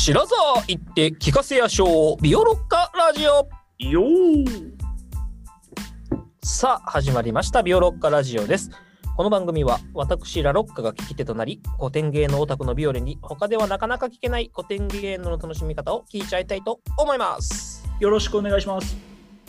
白沢行って聞かせやしょうビオロッカラジオ。 よー。 さあ始まりましたビオロッカラジオです。この番組は私ラロッカが聞き手となり、古典芸能オタクのビオレに他ではなかなか聞けない古典芸能の楽しみ方を聞いちゃいたいと思います。 よろしくお願いします。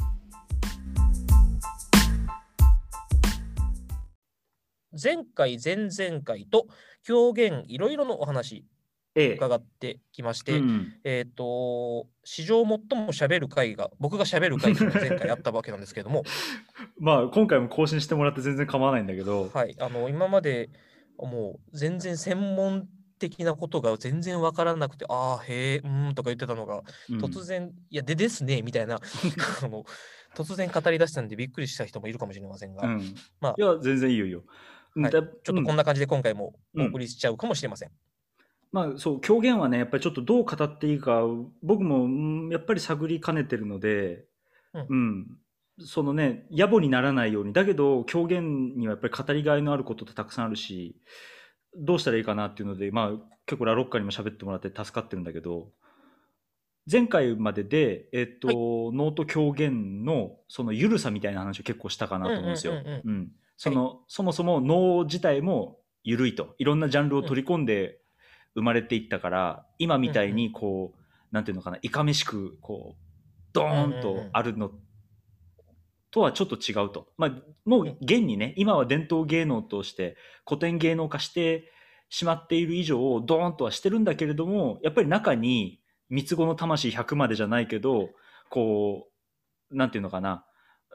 前回前々回と狂言いろいろのお話伺ってきまして、史上最も喋る回が僕が喋る回が前回あったわけなんですけれどもまあ今回も更新してもらって全然構わないんだけど、 はい、今までもう全然専門的なことが全然わからなくて、ああへえとか言ってたのが、突然いやですねみたいな突然語り出したんでびっくりした人もいるかもしれませんが、 まあいや全然いいよ。 はい、ちょっとこんな感じで今回もお送りしちゃうかもしれません。 まあそう狂言はねやっぱりちょっとどう語っていいか僕もやっぱり探りかねてるので、そのね野暮にならないように、だけど狂言にはやっぱり語りがいのあることってたくさんあるし、どうしたらいいかなっていうので、まあ結構ラロッカにも喋ってもらって助かってるんだけど、前回までで能と狂言のその緩さみたいな話を結構したかなと思うんですよ。そもそも能自体も緩いと、いろんなジャンルを取り込んで生まれていったから、今みたいにこうなんていうのかな、いかめしくこうドーンとあるのとはちょっと違うと。まあもう現にね、今は伝統芸能として古典芸能化してしまっている以上ドーンとはしてるんだけれども、やっぱり中に三つ子の魂100までじゃないけど、こうなんていうのかな、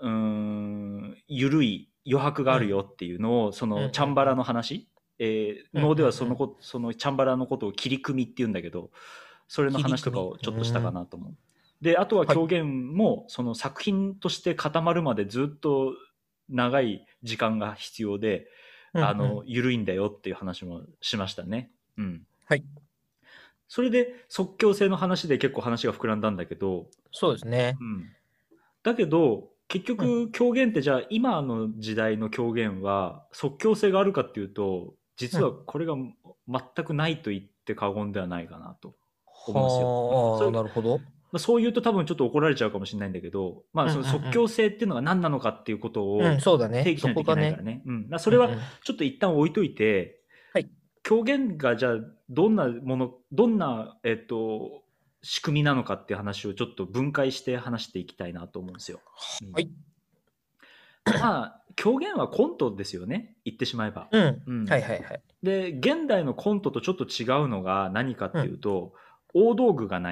緩い余白があるよっていうのを、そのチャンバラの話、能ではそのチャンバラのことを切り組みっていうんだけど、それの話とかをちょっとしたかなと思う。であとは狂言もその作品として固まるまでずっと長い時間が必要で、緩いんだよっていう話もしましたね。 はい。 それで即興性の話で結構話が膨らんだんだけど、 そうですね。 だけど結局狂言ってじゃあ今の時代の狂言は即興性があるかっていうと、実はこれが全くないと言って過言ではないかなと思うんですよ。 なるほど。 そう言うと多分ちょっと怒られちゃうかもしれないんだけど、まあその即興性っていうのが何なのかっていうことを定義しないといけないからね。それはちょっと一旦置いといて、狂言がじゃあどんな仕組みなのかっていう話をちょっと分解して話していきたいなと思うんですよ。まあ狂言はコントですよね、言ってしまえば。で現代のコントとちょっと違うのが何かっていうと、大道具がない。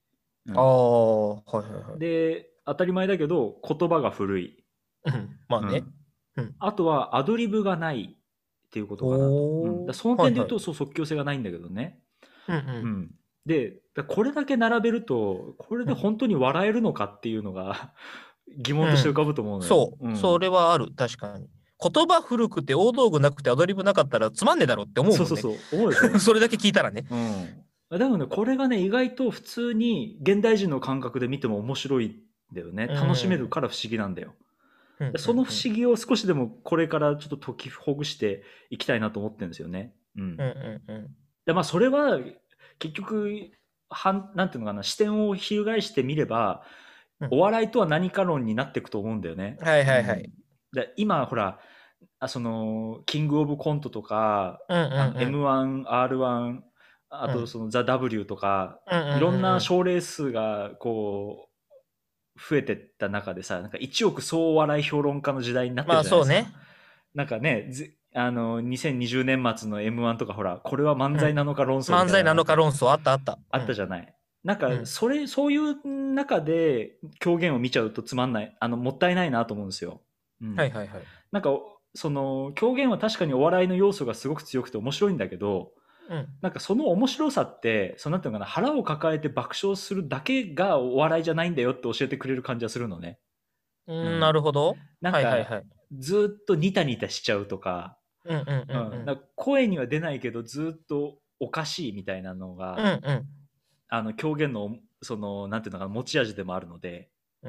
で当たり前だけど言葉が古い。 まあね。 あとはアドリブがないっていうことかなと。その点で言うと即興性がないんだけどね。でこれだけ並べるとこれで本当に笑えるのかっていうのが疑問として浮かぶと思うのよ。 それはある。確かに言葉古くて大道具なくてアドリブなかったらつまんねえだろって思うもんね。 思うでしょそれだけ聞いたらね。 でもねこれがね意外と普通に現代人の感覚で見ても面白いんだよね。楽しめるから不思議なんだよ。その不思議を少しでもこれからちょっと解きほぐしていきたいなと思ってるんですよね。でまあそれは結局なんていうのかな、視点を翻してみれば、お笑いとは何か論になっていくと思うんだよね。で今ほらそのキングオブコントとか、M1、R1、あとそのザ・ W とか、いろんな賞レースがこう増えてった中でさ、なんか一億総笑い評論家の時代になってるじゃないですか。なんかね、2020年末の M1 とかほら、これは漫才なのか論争みたいな、 漫才なのか論争あったじゃない。なんかそういう中で狂言を見ちゃうとつまんない、もったいないなと思うんですよ。なんかその狂言は確かにお笑いの要素がすごく強くて面白いんだけど、なんかその面白さってなんていうのかな、腹を抱えて爆笑するだけがお笑いじゃないんだよって教えてくれる感じがするのね。 なるほど。 なんかずっとニタニタしちゃうとか、声には出ないけどずっとおかしいみたいなのが、狂言のそのなんていうのかな、持ち味でもあるので、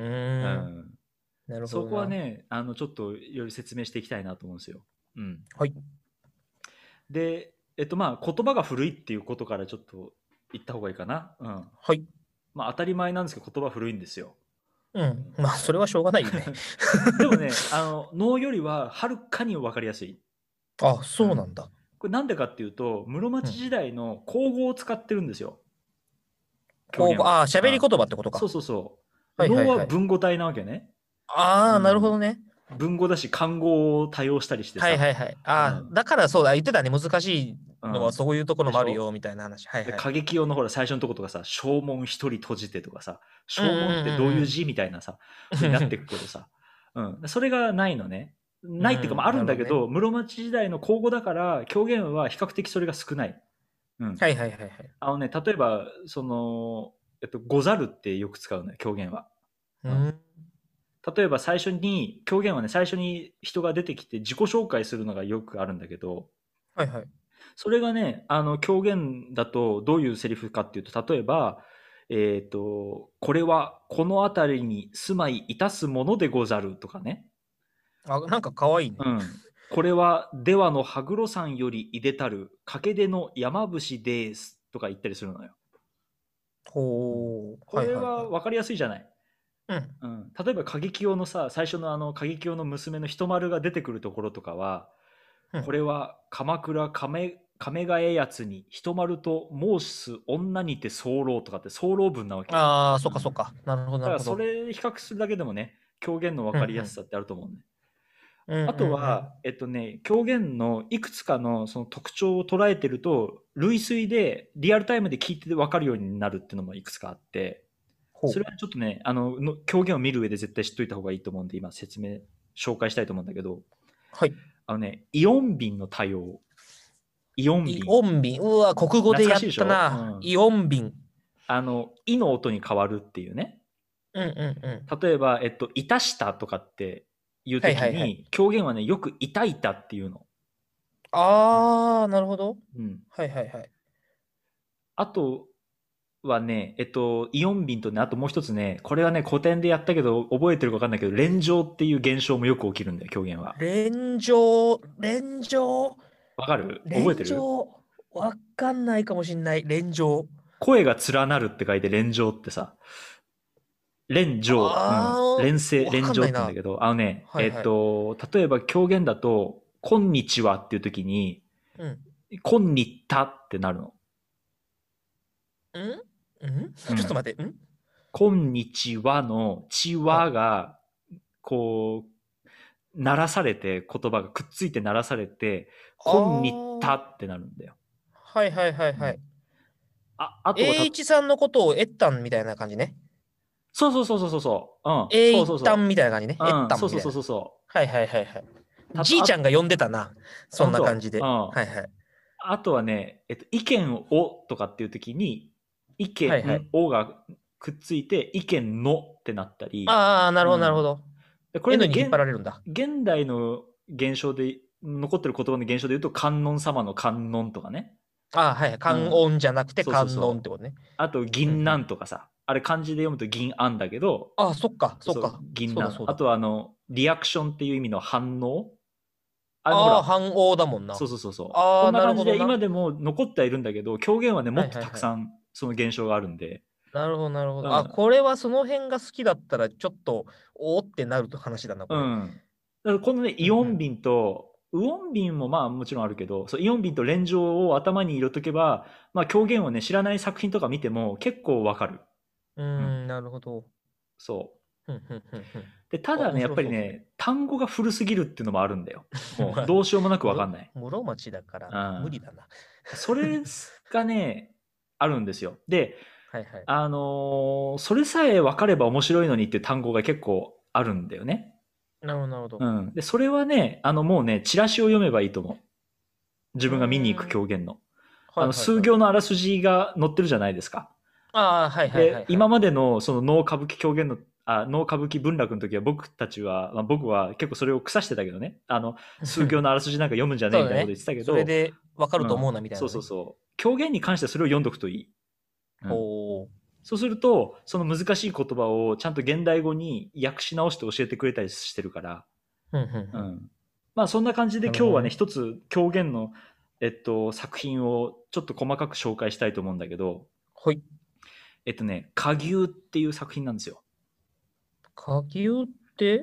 そこはねちょっとより説明していきたいなと思うんですよ。でまあ言葉が古いっていうことからちょっと言った方がいいかな。 はい。 まあ当たり前なんですけど言葉古いんですよ。 まあ、それはしょうがないよね。 でもね、能よりははるかに分かりやすい。 あ、そうなんだ。 これなんでかっていうと、室町時代の口語を使ってるんですよ。狂こう、 言は。 喋り言葉ってことか。 そうそうそう。能ははいはいはい。 文語体なわけね。 なるほどね。 文語だし漢語を多用したりしてさ。 はいはいはい。 うんだからそうだ、言ってたね。難しいのはうん、 そういうところでしょ。 もあるよ、みたいな話。はいではい。 歌劇用のほら最初のとことかさ、正門一人閉じてとかさ、 うんうん正門ってどういう字みたいなさ、風になってうんくけどさ、それがないのね。 うん。 ないっていうか、まあ、あるんだけど、 なるほどね。 室町時代の口語だから狂言は比較的それが少ない。 はいはいはいはい。 例えばござるってよく使うのよ、狂言は。 うん。 例えば最初に狂言はね、最初に人が出てきて自己紹介するのがよくあるんだけど、 はいはい。 それがね、狂言だとどういうセリフかっていうと、例えば、これはこの辺りに住まいいたすものでござるとかね。 なんか可愛いね。 これは出羽の羽黒山よりいでたる掛出の山伏ですとか言ったりするのよ。 ほう。 これはいはいはい。 は分かりやすいじゃない。 うん。 例えば歌劇用のさ、最初の歌劇用の娘の人丸が出てくるところとかは、 うん。 これは鎌倉亀ヶ谷やつに人丸と申す女にて候とかって候文なわけよ。 そっかそっか。なるほどだからなるほど。 それ比較するだけでもね、狂言の分かりやすさってあると思うね。 うんうんあとうん。 は、狂言のいくつかのその特徴を捉えてると、類推でリアルタイムで聞いて分かるようになるっていうのもいくつかあって、それはちょっとね、狂言を見る上で絶対知っといた方がいいと思うんで、今紹介したいと思うんだけど、 はい。 イオン瓶の多用。イオンイ瓶。 オン瓶。うわ、国語でやっ懐かしいでしたな。 ょ。 イオン瓶。 イの音に変わるっていうね。 うんうんうん。 例えば、いたしたとかっていうはいはいはい。 時に、狂言はね、よくいたいたっていうの。 なるほど。 うん。 はいはいはい。 あとはね、イオン瓶とね、あともう一つね、これはね、古典でやったけど、覚えてるか分かんないけど、連城っていう現象もよく起きるんだよ、狂言は。 連城、連城、 わかる？覚えて連る？ 城、わかんないかもしんない。連城。 声が連なるって書いて連城ってさ、連城、連声、 わ連城っかんないな。 て言うんだけど、 はいはい。 例えば狂言だと、こんにちはっていう時に、 うん。 こんにったってなるの。 ちょっとうん。 待って。 こんにちはのちはが、こう、鳴らされて、言葉がくっついて鳴らされて、こんにったってなるんだよ。 はいはいはいうん。 はい。 あとは栄一さんのことをエッタンみたいな感じね。 そうそうそうそうそうそう。 栄一タンそうそうそみたいな感じね。 う。 エッタそうそうンみたいな。 そうそうそはいはいはいはい。 う。 じいちゃんが呼んでたな。そん本当。 な感じで。はいはい。 あとはね、意見をとかっていう時に、意はいはい。 見をがくっついて、意見のってなったり、 なるほどなるほうん。 ど。 でこれね、 N に引っ張られるんだ。 現代の現象で、残ってる言葉の現象で言うと、観音様の観音とかね。 はい。観うん。 音じゃなくてそうそう観音っそう。 てことね。 あと、銀うんうん。 杏とかさ。あれ漢字で読むと銀杏だけど、 そっか、そっそう、 か。 銀杏。 そうだそうだ。 あとはリアクションっていう意味の反応。あれもほら、 反応だもんな。 そうそうそうそう。こんななる感じでほどな。 今でも残ってはいるんだけど、狂言はね、もっとはいはいはい。 たくさんその現象があるんで。 なるほどなるほど。 うん。 これはその辺が好きだったらちょっと、おーってなると話だな、これ。 うん。だからこのね、 うんうん。 イオン瓶と、ウオン瓶もまあもちろんあるけど、そうイオン瓶と連城を頭に入れとけば、まあ狂言をね、知らない作品とか見ても結構わかる。うん。 なるほど。 そう。 ふんふんふんふん。 で、ただね、やっ面白そう、それ。 ぱりね、単語が古すぎるっていうのもあるんだよ。もうまあ、 どうしようもなくわかんない。 室町だから無理だな。 それがね、あるんですよ。で、 はいはい。 それさえ分かれば面白いのにっていう単語が結構あるんだよね。 なるほど、なるほど。 うん。で、それはね、もうね、チラシを読めばいいと思う。自分が見に行く狂言の。数はいはいはい。 行のあらすじが載ってるじゃないですか。 はいはいはで、 いはい。 今までのその能歌舞伎狂言の、能歌舞伎文楽の時は僕たちは、僕は結構それを腐してたけどね。数行のあらすじなんか読むんじゃねえみたいなことそうだね。 言ってたけど、 それでわかると思うなみたいそうなね。 そうそう。狂言に関してはそれを読んどくといい。うん。 ほう。 そうすると、その難しい言葉をちゃんと現代語に訳し直して教えてくれたりしてるから、 ふんふんふん。 まあそんな感じで今日はね、 なるほどね。 一つ狂言の、作品をちょっと細かく紹介したいと思うんだけど、 はい。 下牛っていう作品なんですよ。 下牛って、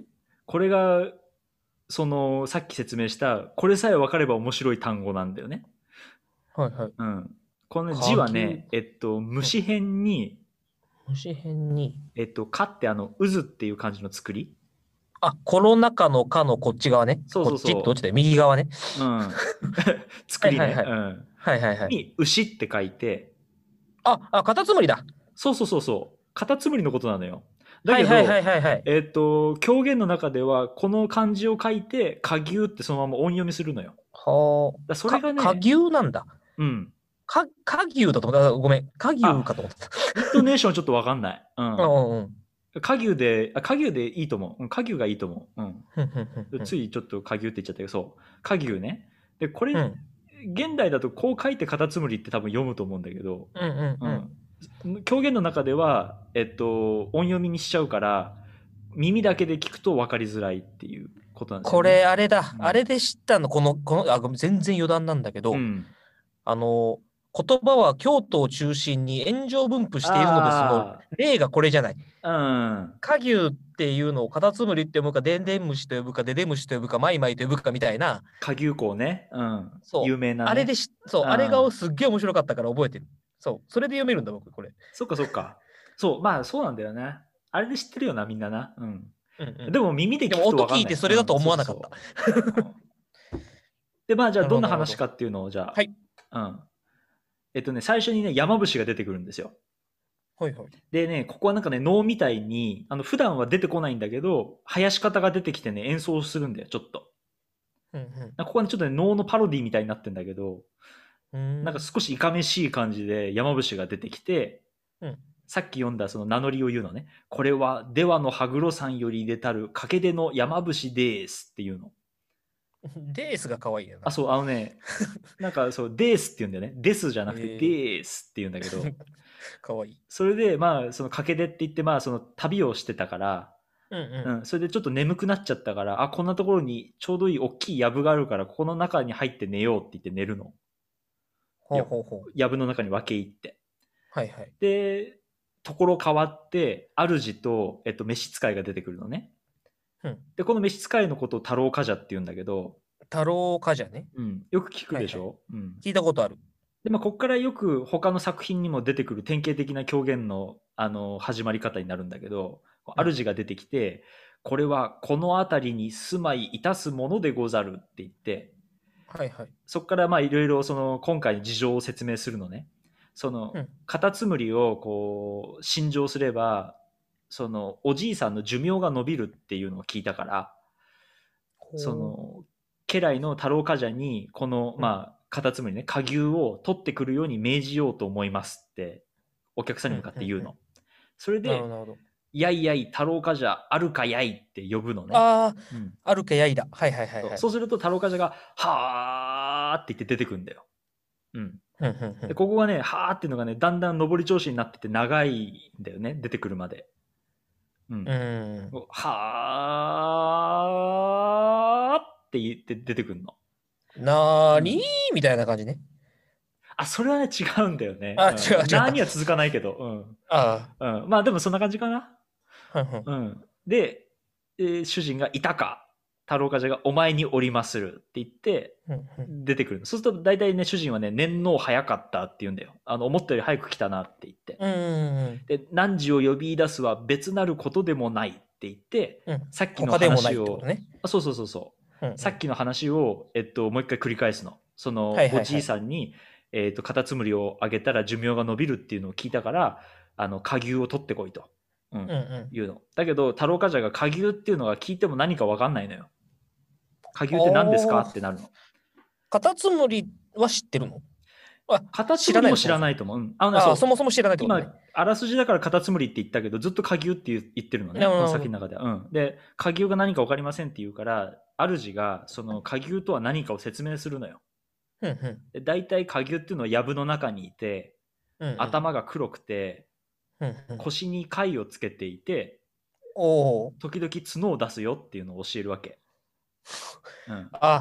これが、さっき説明した、これさえ分かれば面白い単語なんだよね。 はいはい。 うん。この字下牛。 はね、 うん。 虫辺に、 虫辺に。 かって渦っていう感じの作り。 あ、コロナ禍のかのこっち側ね。 そうこっちってどっそうそちだよ、右側ね。 う。うん。作りね。 はいはいはい。 うん。 はいはいはい。 に、牛って書いて、 カタツムリだ。 そうそうそうそう。カタツムリのことなのよ。だはいはいはいけど、 はいはい。 狂言の中では、この漢字を書いて、下牛ってそのまま音読みするのよ。 はあ。 それが下ね、 牛なんだ。 うん。 下牛だと思った。ごめん。下牛あ、 かと思ってた。 イントネーションちょっとわかんない。ううん。 んうん。 下牛でいいと思う。うん、下牛がいいと思う。 ふんふんふんうん。 ふん。 ついちょっと下牛って言っちゃったけど、そう。下牛ね。で、これ、 うん現代だとこう書いてカタツムリって多分読むと思うんだけど、 うんうんうん。 うん。狂言の中では、音読みにしちゃうから、耳だけで聞くと分かりづらいっていうことなんですよね。 これ、あれだ。 うん。 あれで知ったの。ごめん、全然余談なんだけど、 うん。 あの、言葉は京都を中心に炎上分布しているので、そのあ例がこれじゃない。 あ、 下牛っていうのをカタツムリって呼ぶか、でんでん虫と呼ぶか、でで虫と呼ぶか、マイマイと呼ぶかみたいな、 下牛校ね。うん。有そう。 名なね。 そう、あれがうん。 すっげえ面白かったから覚えてる。そう。それで読めるんだ、僕、これ。 そっかそっか。そう、まあそうなんだよね。あれで知ってるよな、みんなな。うん。 うんうん。 でも耳で聞くでも音聞いと分かんない。うん、 てそれだと思わなかった。 そうそうそう。うん、で、まあじゃあなるほど、 どんななるほど。 話かっていうのをじゃはい。 あ、うん。最初にね、山伏が出てくるんですよ。 はいはい。 でね、ここはなんかね、能みたいに、普段は出てこないんだけど、囃し方が出てきてね、演奏するんだよ、ちょっと。 うんここはね、ちょっとね、能のパロディみたいになってんだけど、 うん。 なんか少しいかめしい感じで山伏が出てきて、 うん。 さっき読んだその名乗りを言うのね。これは、出羽の羽黒山より出たる掛け出の山伏ですっていうの。 デースが可愛いよあ、 な。 そう、なんかそう、ですって言うんだよね。ですじゃなくて、 えですって言うんだけど、 可愛い。 それで、まあ、その掛け出って言って、まあ、その旅をしてたから、 うんううん、それでちょっと眠くなっちゃったから、あ、こんなところにちょうどいい大きい藪があるから、ここの中に入って寝ようって言って寝るの。 ほうや、 ほうほう。 藪の中に分け入って。 はいはい。 で、ところ変わって、主と、召使いが出てくるのね。 うん。 で、この召使いのことを太郎冠者って言うんだけど、 太郎冠者ね。 うん、よく聞くはいはい。 でしょ。うん。 聞いたことある。 で、まあ、ここからよく他の作品にも出てくる典型的な狂言の、始まり方になるんだけど、 うん。 主が出てきて、これはこの辺りに住まいいたすものでござるって言って、 はいはい。 そこからまあいろいろその今回事情を説明するのね。そのうん。 カタツムリをこう心情すれば、そのおじいさんの寿命が伸びるっていうのを聞いたから、そほの家来の太郎冠者にこのう。うん。 まあカタツムリね下牛を取ってくるように命じようと思いますってお客さんうん。 に向かっうん。 て言うの。それなるほど、 で、 なるほど。 やいやい太郎冠者あるかやいって呼ぶのね。 あうん。 あ、あるかやいだ。はいはいはいはい。 そうすると太郎冠者がはーって言って出てくるんだよ。うん。 うんうんうで、 ん。 ここがね、はーっていうのがね、だんだん上り調子になってて長いんだよね、出てくるまで。ううん。 ん。 はーって言って出てくるの。 なーにーうん。 みたいな感じね。 あ、それはね、違うんだよね。 あ、 うん。 違う違った。 何は続かないけど、 あうん。うん。まあでもそんな感じかな。 あ、ふんふん。 うん。で、主人がいたか。太郎冠者がお前におりまするって言ってふんふん。 出てくるの。そうすると大体ね、主人はね、念の早かったって言うんだよ。思ったより早く来たなって言って。 うーん。 で、汝を呼び出すは別なることでもないって言って、 うん。 さっきの他でもない話を、 ってことね。 あ、そうそうそうそう。 うんうん。 さっきの話を、もう一回繰り返すの。その、おじいはいはいはい。 さんに、カタツムリをあげたら寿命が伸びるっていうのを聞いたから、下牛を取ってこいと。うん。 うんう言うの。だけど、太郎冠者が下牛っていうのが聞いても何かわかんないのよ。下ん。 牛って何ですかおー。 ってなるの。 カタツムリは知ってるの？あ、 カタツ知らないの、 ムリも知そもそも。 らないと思う。うん。 ああ、 そう。 そもそも知らないってこと今、 ね。 あらすじだからカタツムリって言ったけど、ずっと下牛って言ってるのね。このなるほど。 作品の中では。うん。で、下牛が何か分かりませんって言うから、主がその下牛とは何かを説明するのよ。 うんうん。 で、大体下牛っていうのは藪の中にいて、 うんうん。 頭が黒くて、 うんうん。 腰に貝をつけていて、 おお。 時々角を出すよっていうのを教えるわけ。うん。 あ、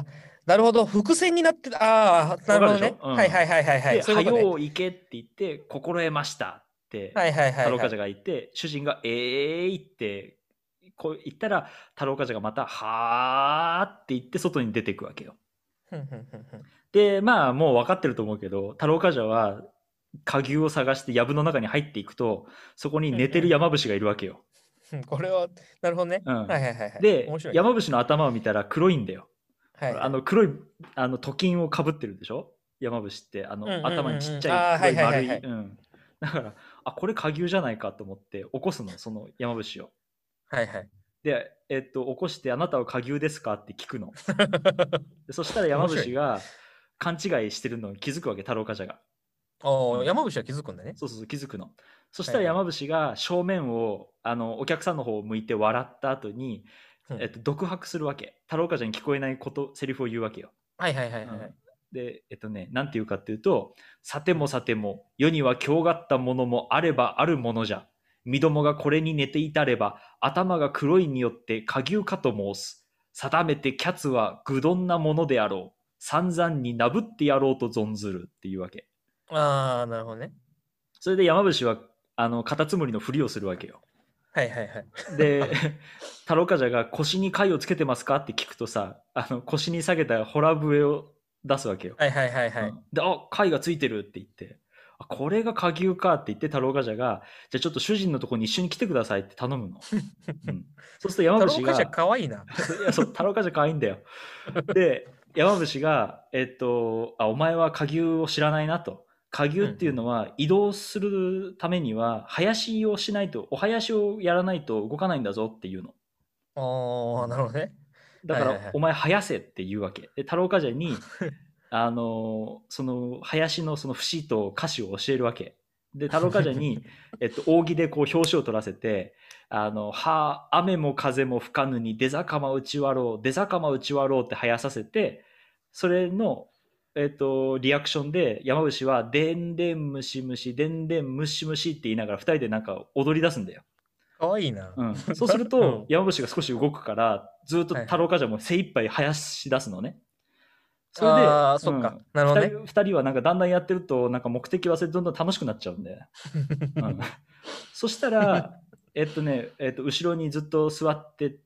なるほど。伏線になってああ、なるほどね。 うん、 はいはいはいはいはい。 で、 そういうことね。 はよう行けって言って、心得ましたって、 はいはいはいはい。 太郎冠者が言って、主人がってこう言ったら、太郎冠者がまたはーって言って外に出ていくわけよ。 ふんふんふんふん。 で、まあもう分かってると思うけど、太郎冠者は下牛を探して藪の中に入っていくと、そこに寝てる山伏がいるわけよ。 これは、なるほどね。 うん。 はいはいはいはい。面で、 白いね。 山伏の頭を見たら黒いんだよ。 はいはい。 黒い頭巾をかぶってるでしょ、山伏って。頭にちっちゃい黒い丸い。うん。だから、あ、これ下牛じゃないかと思って起こすの、その山伏を。 はいはい。 で、起こして、あなたは下牛ですかって聞くの。でそしたら山伏が勘違いしてるのに気づくわけ、太郎冠者が。 ああ、山伏は気づくんだね。 そうそうそう、気づくの。そしたら山伏が正面をお客さんの方を向いて笑った後に、独白するわけ。太郎冠者に聞こえないセリフを言うわけよ。 はいはいはいはい。 で、なんて言うかっていうと、さてもさても、世には強がったものもあればあるものじゃ。身どもがこれに寝ていたれば、頭が黒いによって下牛かと申す。定めてキャツは愚鈍なものであろう。散々になぶってやろうと存ずるっていうわけ。 ああ、なるほどね。 それで山伏は、カタツムリのふりをするわけよ。 はいはいはい。 で、太郎冠者が腰に貝をつけてますかって聞くとさ、腰に下げたホラ笛を出すわけよ。 はいはいはいはい。 で、あ、貝がついてるって言って、あ、これが下牛かって言って太郎冠者が、じゃあちょっと主人のところに一緒に来てくださいって頼むの。うん、そうすると山伏が、 太郎冠者かわいいな。 いや、そう、太郎冠者かわいいんだよ。で、山伏が、お前は下牛を知らないなと。下牛っていうのは移動するためには林をしないと、お囃子をやらないと動かないんだぞっていうの。 ああ、なるほどね。 だから、お前生せって言うわけ。で、太郎冠者に、その林のその節と歌詞を教えるわけ。で、太郎冠者に、扇でこう表紙を取らせて、雨も風も吹かぬに出坂間打ち割ろう、出坂間打ち割ろうって生やさせて、それの、リアクションで山伏は、でんでんむしむし、でんでんむしむしって言いながら二人でなんか踊り出すんだよ。 かわいいな。 そうすると、山伏が少し動くから、ずっと太郎冠者も精一杯生やし出すのね。それで、 そっか。なるほどね。 二人はなんかだんだんやってると、なんか目的忘れてどんどん楽しくなっちゃうんで。そしたら、後ろにずっと座ってって、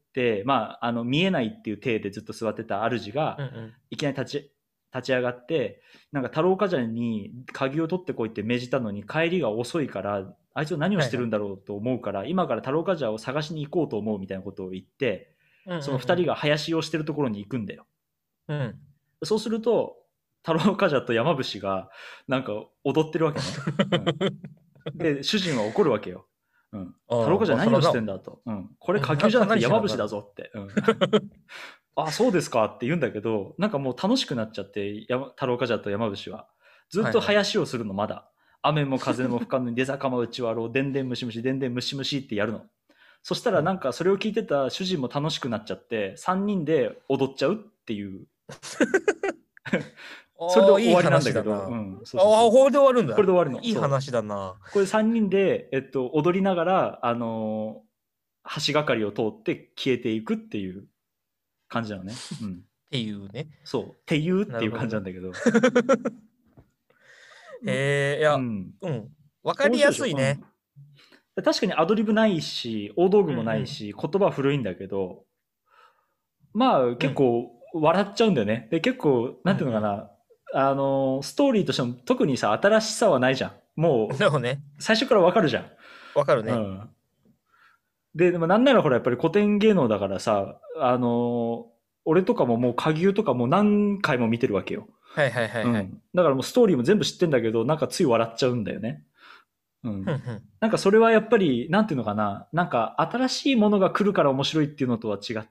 まあ、見えないっていう体でずっと座ってた主が、いきなり立ち上がって、なんか太郎冠者に鍵を取ってこいって命じたのに帰りが遅いから、あいつは何をしてるんだろうと思うから、今から太郎冠者を探しに行こうと思うみたいなことを言って、その二人が林をしてるところに行くんだよ。そうすると、太郎冠者と山伏がなんか踊ってるわけね。で、主人は怒るわけよ。太郎冠者何をしてんだと。これ下牛じゃなくて山伏だぞって。あ、そうですかって言うんだけど、なんかもう楽しくなっちゃって、太郎冠者と山伏は。ずっと林をするの、まだ。雨も風も吹かぬに出坂間打ち割ろう、でんでんむしむし、でんでんむしむしってやるの。そしたらなんかそれを聞いてた主人も楽しくなっちゃって、3人で踊っちゃうっていう。それで終わりなんだけど。 これで終わるんだ。 これで終わるの。 いい話だな。 これ3人で、踊りながら、橋がかりを通って消えていくっていう感じなのね。 っていうね。 そう。っていう感じなんだけど。 いや、わかりやすいね。 確かにアドリブないし、大道具もないし、言葉古いんだけど、まあ結構笑っちゃうんだよね。で、結構、なんていうのかな、ストーリーとしても特にさ、新しさはないじゃん。もう、最初からわかるじゃん。 わかるね。 でもなんならほら、やっぱり古典芸能だからさ、俺とかももう下牛とかもう何回も見てるわけよ。だからもうストーリーも全部知ってんだけど、なんかつい笑っちゃうんだよね。なんかそれはやっぱり、なんていうのかな、なんか新しいものが来るから面白いっていうのとは違って、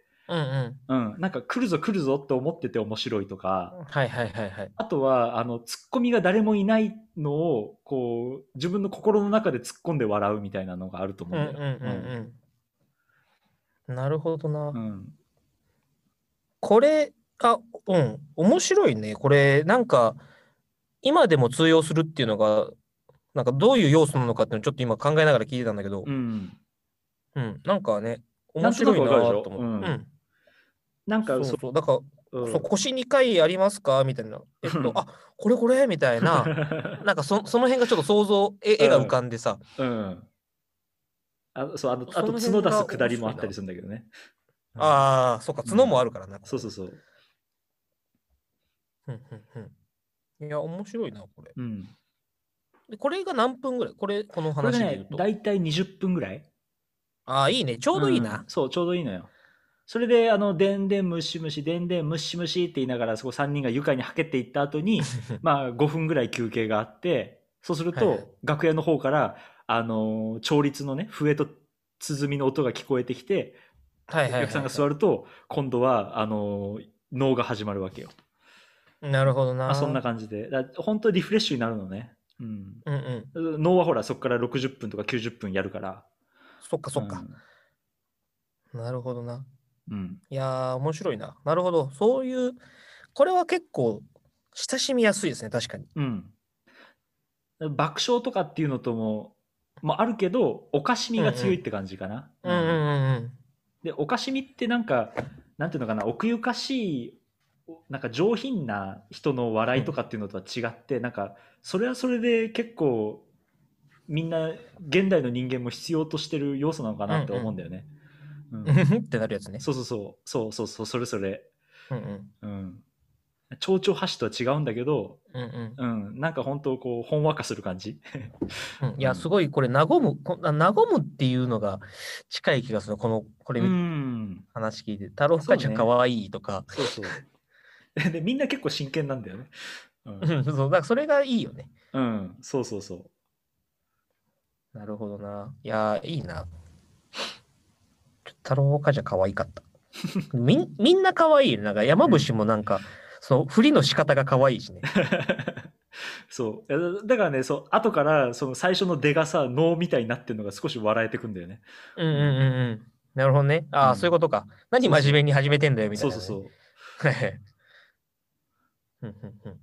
なんか来るぞって思ってて面白いとか、あとはツッコミが誰もいないのをこう自分の心の中で突っ込んで笑うみたいなのがあると思うんだよ。 なるほどな。これ面白いね。これなんか今でも通用するっていうのがなんかどういう要素なのかっていうのをちょっと今考えながら聞いてたんだけど、なんかね面白いなと思って。なんかそうだからそう腰2回ありますかみたいな。あ、これこれみたいな。なんかその辺がちょっと想像、絵が浮かんでさ。 うん。そう、あとその角出す辺がくだ面白いな。 りもあったりするんだけどね。 ああ、そうか、角もあるからな。 そうそうそう。 いや、面白いな、これ。 うん。 でこれが何分ぐらいこのこれがね、 話で言うと。 だいたい20分ぐらい。 ああ、いいね。ちょうどいいな。 そう、ちょうどいいのよ。それで、でんでんむしむし、でんでんむしむしって言いながら、そこ3人が愉快にはけていった後に、まあ、5分ぐらい休憩があって、そうすると、 はいはい楽屋の方から、調律のね、笛と鼓の音が聞こえてきて、 はいお客さんがはいはいは座ると、今度は、能が始まるわけよ。 い。なるほどまあ、そんなな。 感じで。本当リフレッシュになるのね。うん。 うんうん。 能はほら、そこから60分とか90分やるから。 そっかそっか。 うん。 なるほどな。 うん。 いやー、面白いな。なるほど。そういう、これは結構、親しみやすいですね、確かに。 うん。爆笑とかっていうのともあるけど、おかしみうんうん。 が強いって感じかな。 うんうんうんで、おかしみってなんか、なんていうのかな、奥ゆかしい、なんか上品な人のうん。 笑いとかっていうのとは違って、なんか、それはそれで結構、みんな、現代の人間も必要としてる要素なのかなってうんうん。 思うんだよね。ううんん。 うんってなるやつね。 そうそうそう。そうそうそう、それそれ。 うんうん。 うん。蝶々発とは違うんだけど、 うんうん。 うん。なんか本当こう、ほんわかする感じ。 うん、いや、すうん。 ごい、これ、和むっていうのが近い気がする。これうん。 話聞いて。太郎かちゃんかそうね。 わいいとか。 そうそう。で、みんな結構真剣なんだよね。うん。 うんそう、だからそれがいいよね。 うん。そうそうそなるほどな。いや、いいな。太郎かちゃんかわいかった。みんなかわいいよ。なんか山う。うん。 伏もなんか、その振りの仕方がかわいいしね。 そう。だからね、そう、後から、その最初の出がさ、能みたいになってるのが少し笑えてくんだよね。 うんうんうん。 うんうん。なるほどね。ああ、そういううん。 ことか。何真面目そうそう。 に始めてんだよ、みたいなね。 そうそうそはいはい。うんうんうん。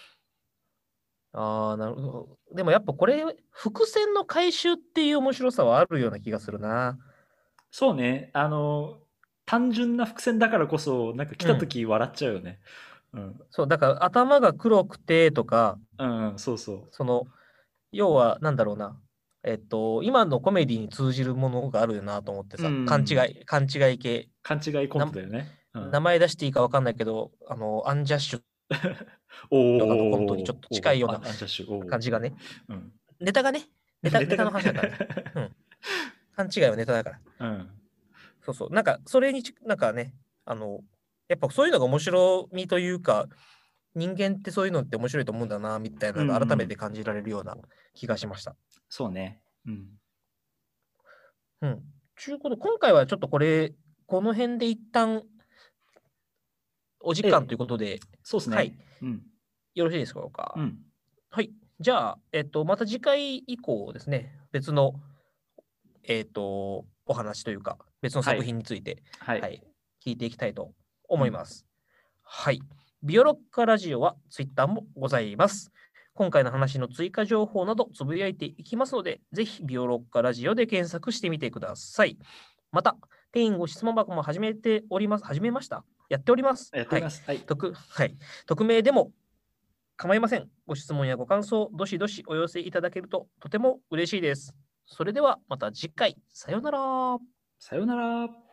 ああ、なるほど。でもやっぱこれ、伏線の回収っていう面白さはあるような気がするな。 う。そうね。単純な伏線だからこそ、なんか来たうん。 時笑っちゃうよね。うん。 そう、だから頭が黒くてとか、 うんうん、そうそその、要は、なんだろうな。今のコメディに通じるものがあるよなと思ってう。うさ、 ん。 勘違い系。 勘違いコンな、 トだよね。うん。 名前出していいかわかんないけど、アンジャッシュおとかのコントにちょっとおおお近いようなアンジャッシュ。おお感じがね。 うん。 ネタがね、ネタのネタがね。 話だからね。うん。勘違いはネタだから。 うん。 そうそう。なんか、それになんかね、やっぱそういうのが面白みというか、人間ってそういうのって面白いと思うんだな、みたいなうんうのが改めてん。 感じられるような気がしました。 そうね。うん。 うん。ちゅうことで、今回はちょっとこの辺で一旦お時間とええ、 いうことで、 そうですはい。 ね。うん。 よろしいですか。 うん。 はい。じゃあ、また次回以降ですね、別の、お話というか、別の作はい。 品について、 はい。 はい、聞いていきたいとうん。 思います。はい。ビオロッカラジオはツイッターもございます。今回の話の追加情報などつぶやいていきますので、ぜひビオロッカラジオで検索してみてください。また、ペインご質問箱も始めております。始めましたやっております。はい。 やっております。はい。 はい。匿名でも構いません。ご質問やご感想、どしどしお寄せいただけるととても嬉しいです。それではまた次回。さようなら。 さようなら。